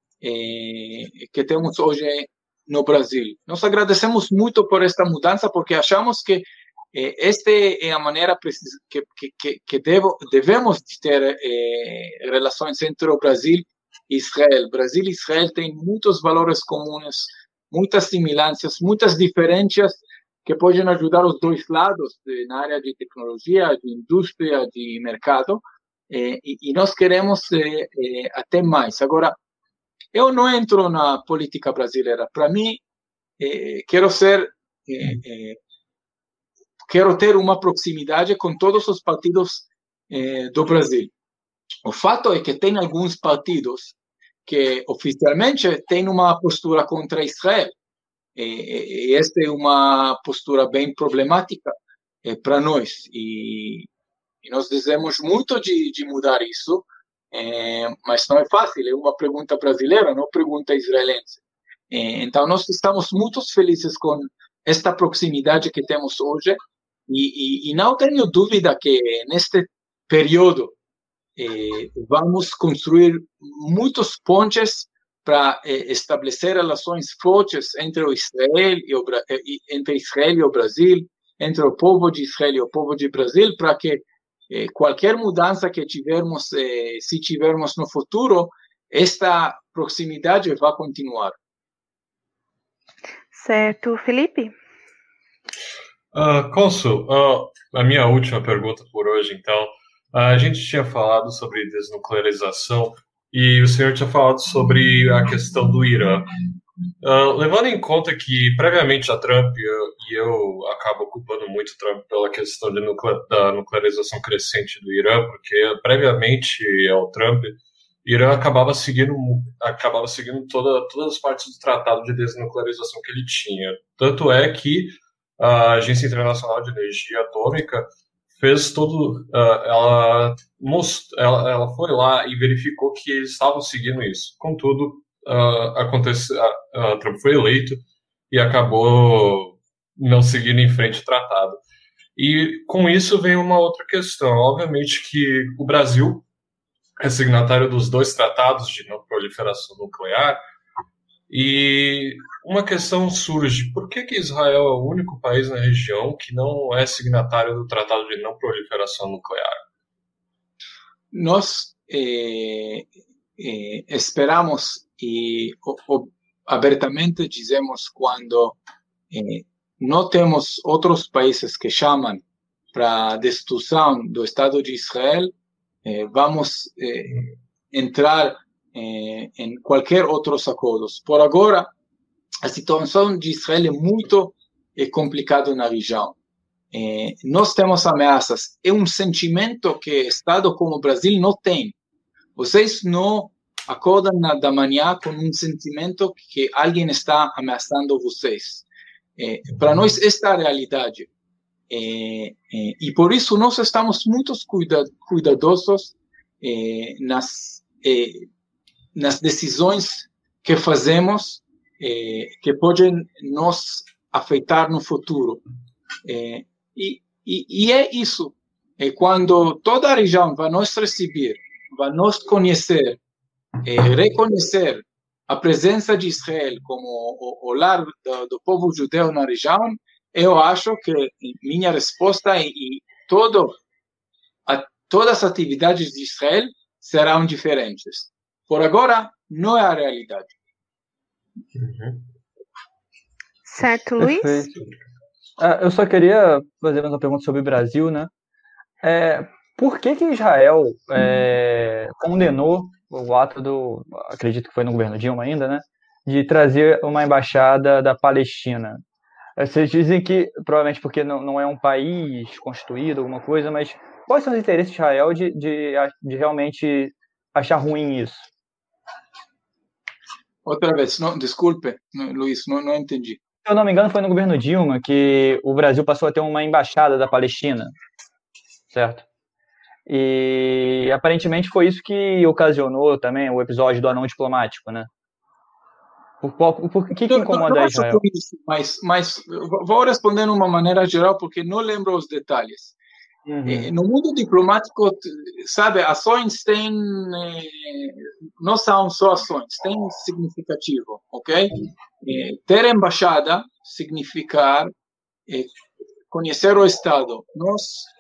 [SPEAKER 3] eh, que temos hoje no Brasil. Nós agradecemos muito por esta mudança, porque achamos que eh, esta é a maneira que, que, que devo, devemos ter eh, relações entre o Brasil e Israel. Brasil e Israel têm muitos valores comuns, muitas semelhanças, muitas diferenças que podem ajudar os dois lados de, na área de tecnologia, de indústria, de mercado, eh, e, e nós queremos eh, eh, até mais. Agora, eu não entro na política brasileira. Para mim, eh, quero ser, eh, eh, quero ter uma proximidade com todos os partidos eh, do Brasil. O fato é que tem alguns partidos que oficialmente têm uma postura contra Israel. E, e esta é uma postura bem problemática eh, para nós. E, e nós desejamos muito de, de mudar isso, eh, mas não é fácil. É uma pergunta brasileira, não pergunta israelense. Eh, então, nós estamos muito felizes com esta proximidade que temos hoje. E, e, e não tenho dúvida que neste período Eh, vamos construir muitos pontes para eh, estabelecer relações fortes entre o Israel e o, entre Israel e o Brasil, entre o povo de Israel e o povo de Brasil, para que eh, qualquer mudança que tivermos, eh, se tivermos no futuro, esta proximidade vai continuar.
[SPEAKER 2] Certo. Felipe?
[SPEAKER 5] Uh, Cônsul, uh, a minha última pergunta por hoje, então. Uh, a gente tinha falado sobre desnuclearização e o senhor tinha falado sobre a questão do Irã. Uh, levando em conta que, previamente a Trump, eu, e eu acabo culpando muito Trump pela questão de nucle- da nuclearização crescente do Irã, porque previamente ao Trump, o Irã acabava seguindo, acabava seguindo toda, todas as partes do tratado de desnuclearização que ele tinha. Tanto é que a Agência Internacional de Energia Atômica fez todo... Uh, ela, most, ela, ela foi lá e verificou que eles estavam seguindo isso. Contudo, Uh, acontece, uh, uh, Trump foi eleito e acabou não seguindo em frente o tratado. E com isso vem uma outra questão. Obviamente que o Brasil é signatário dos dois tratados de não proliferação nuclear e uma questão surge. Por que que Israel é o único país na região que não é signatário do tratado de não proliferação nuclear?
[SPEAKER 3] Nós eh, eh, esperamos e o, o, abertamente dizemos quando eh, não temos outros países que chamam para a destruição do Estado de Israel, eh, vamos eh, entrar eh, em qualquer outros acordos. Por agora, a situação de Israel é muito eh, complicada na região. Eh, nós temos ameaças. É um sentimento que Estado como o Brasil não tem. Vocês não acordam da manhã com um sentimento que alguém está ameaçando vocês. É, para nós, esta é a realidade. É, é, e por isso, nós estamos muito cuida, cuidadosos é, nas, é, nas decisões que fazemos, é, que podem nos afetar no futuro. É, e, e, e é isso. É quando toda a região vai nos receber, vai nos conhecer, É, reconhecer a presença de Israel como o, o lar do, do povo judeu na região, eu acho que minha resposta e, e todo, a, todas as atividades de Israel serão diferentes. Por agora, não é a realidade.
[SPEAKER 2] Uhum. Certo, Luiz?
[SPEAKER 4] Ah, eu só queria fazer uma pergunta sobre o Brasil, né? É, por que que Israel é, condenou o ato do, acredito que foi no governo Dilma ainda, né, de trazer uma embaixada da Palestina? Vocês dizem que, provavelmente porque não, não é um país constituído, alguma coisa, mas quais são os interesses de Israel de, de, de realmente achar ruim isso?
[SPEAKER 3] Outra vez, não, desculpe, Luiz, não, não entendi.
[SPEAKER 4] Se eu não me engano, foi no governo Dilma que o Brasil passou a ter uma embaixada da Palestina, certo? E aparentemente foi isso que ocasionou também o episódio do anão diplomático, né? Por, por, por que que incomoda
[SPEAKER 3] não, não
[SPEAKER 4] Israel?
[SPEAKER 3] Isso, mas, mas vou responder de uma maneira geral porque não lembro os detalhes. Uhum. No mundo diplomático, sabe, ações têm, não são só ações, tem significativo, ok? Ter embaixada significar conhecer o Estado. Nós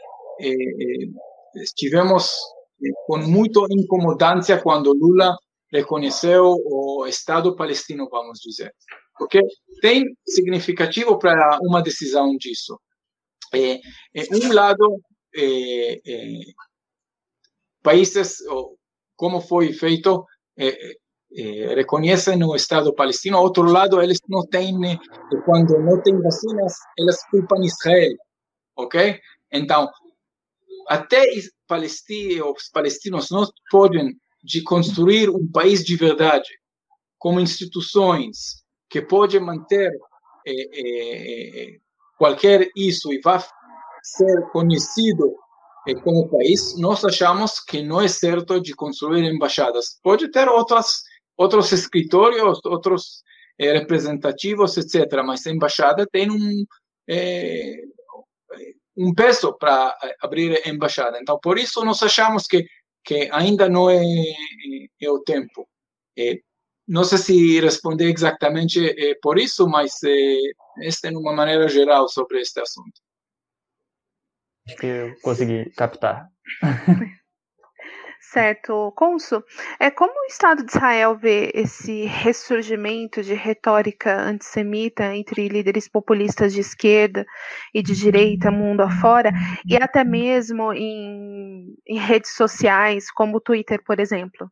[SPEAKER 3] estivemos com muita incomodância quando Lula reconheceu o Estado palestino, vamos dizer, porque tem significativo para uma decisão disso. É, é, um lado, é, é, países, como foi feito, é, é, reconhecem o Estado palestino. Outro lado, eles não têm, quando não têm vacinas, eles culpam Israel, ok? Então, até os palestinos não podem de construir um país de verdade, com instituições que podem manter é, é, qualquer isso e vai ser conhecido é, como país, nós achamos que não é certo de construir embaixadas. Pode ter outras, outros escritórios, outros é, representativos, etcétera, mas a embaixada tem um... É, um peso para abrir a embaixada. Então, por isso, nós achamos que, que ainda não é, é o tempo. É, não sei se responder exatamente é, por isso, mas é, esta é uma maneira geral sobre este assunto.
[SPEAKER 4] Acho que eu consegui captar.
[SPEAKER 2] Certo, Cônsul, é como o Estado de Israel vê esse ressurgimento de retórica antissemita entre líderes populistas de esquerda e de direita mundo afora, e até mesmo em, em redes sociais, como o Twitter, por exemplo?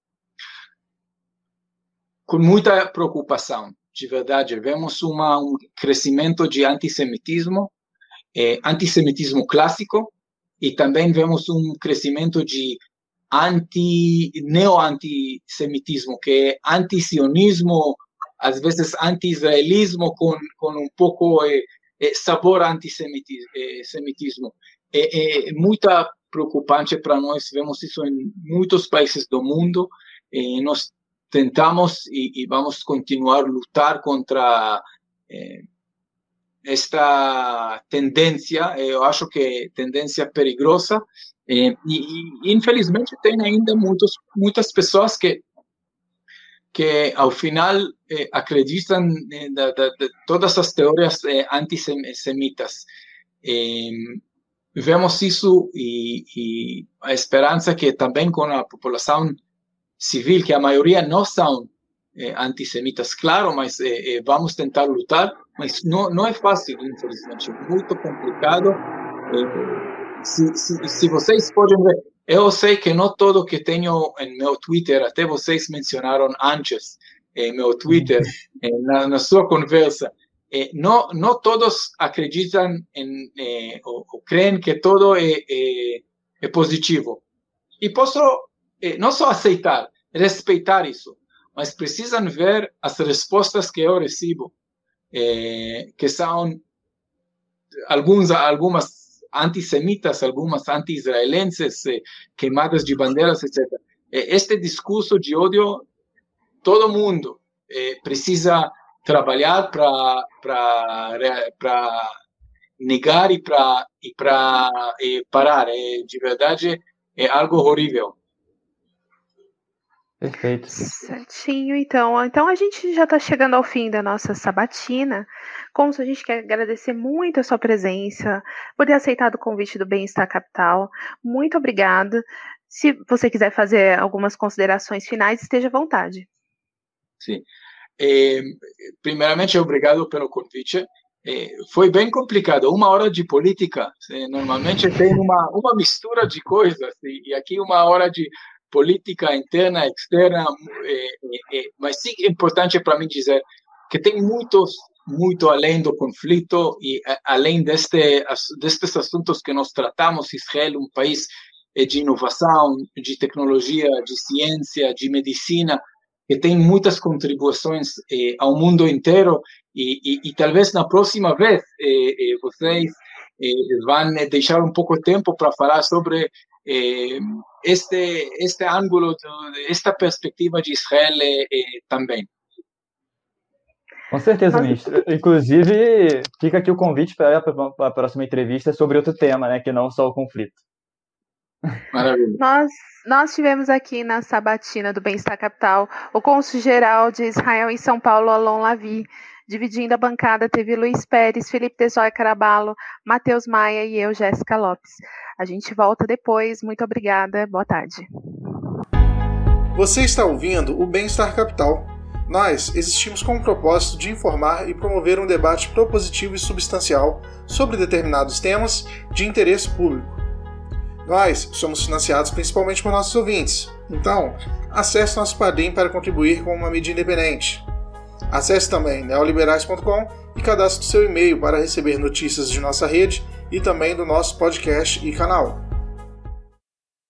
[SPEAKER 3] Com muita preocupação, de verdade. Vemos uma, um crescimento de antissemitismo, eh, antissemitismo clássico, e também vemos um crescimento de anti, neo-antissemitismo, que é anti-sionismo, às vezes anti-israelismo com, com um pouco eh, eh, sabor antissemitismo. É, é muito preocupante para nós, vemos isso em muitos países do mundo, eh, nós tentamos e, e vamos continuar a lutar contra eh, esta tendência, eu acho que é tendência perigosa, eh, e, e infelizmente tem ainda muitos, muitas pessoas que, que ao final eh, acreditam eh, em todas as teorias eh, antissemitas. Eh, vemos isso e, e a esperança que também com a população civil, que a maioria não são eh, antissemitas, claro, mas eh, eh, vamos tentar lutar, mas não, não é fácil, infelizmente, é muito complicado. Eh, se, se, se vocês podem ver, eu sei que não tudo que tenho em meu Twitter, até vocês mencionaram antes, em meu Twitter, eh, na, na sua conversa, eh, não, não todos acreditam em, eh, ou, ou creem que tudo é, é, é positivo. E posso eh, não só aceitar, respeitar isso, mas precisam ver as respostas que eu recebo, eh, que são alguns, algumas antissemitas, algumas anti-israelenses, eh, queimadas de bandeiras, etcétera. Eh, este discurso de ódio, todo mundo eh, precisa trabalhar para para negar e para e para eh, parar. Eh, de verdade, é algo horrível.
[SPEAKER 4] Perfeito.
[SPEAKER 2] Certinho, então. Então a gente já está chegando ao fim da nossa sabatina. Como a gente quer agradecer muito a sua presença, por ter aceitado o convite do Bem-Estar Capital. Muito obrigada. Se você quiser fazer algumas considerações finais, esteja à vontade.
[SPEAKER 3] Sim. Eh, primeiramente, obrigado pelo convite. Eh, foi bem complicado. Uma hora de política, eh, normalmente tem uma, uma mistura de coisas, e, e aqui uma hora de política interna, externa, eh, eh, mas sim é importante para mim dizer que tem muitos, muito além do conflito e a, além deste, as, destes assuntos que nós tratamos. Israel é um país eh, de inovação, de tecnologia, de ciência, de medicina, que tem muitas contribuições eh, ao mundo inteiro, e, e, e talvez na próxima vez eh, eh, vocês eh, vão deixar um pouco de tempo para falar sobre eh, este, este ângulo, esta perspectiva de Israel eh, eh, também.
[SPEAKER 4] Com certeza, ministro. Inclusive, fica aqui o convite para a próxima entrevista sobre outro tema, né, que não só o conflito.
[SPEAKER 3] Maravilha.
[SPEAKER 2] Nós, nós tivemos aqui na sabatina do Bem-Estar Capital o cônsul-geral de Israel em São Paulo, Alon Lavi. Dividindo a bancada, teve Luiz Pérez, Felipe Desoy Caraballo, Matheus Maia e eu, Jéssica Lopes. A gente volta depois. Muito obrigada. Boa tarde.
[SPEAKER 1] Você está ouvindo o Bem-Estar Capital. Nós existimos com o propósito de informar e promover um debate propositivo e substancial sobre determinados temas de interesse público. Nós somos financiados principalmente por nossos ouvintes, então acesse nosso Padrim para contribuir com uma mídia independente. Acesse também neoliberais ponto com e cadastre seu e-mail para receber notícias de nossa rede e também do nosso podcast e canal.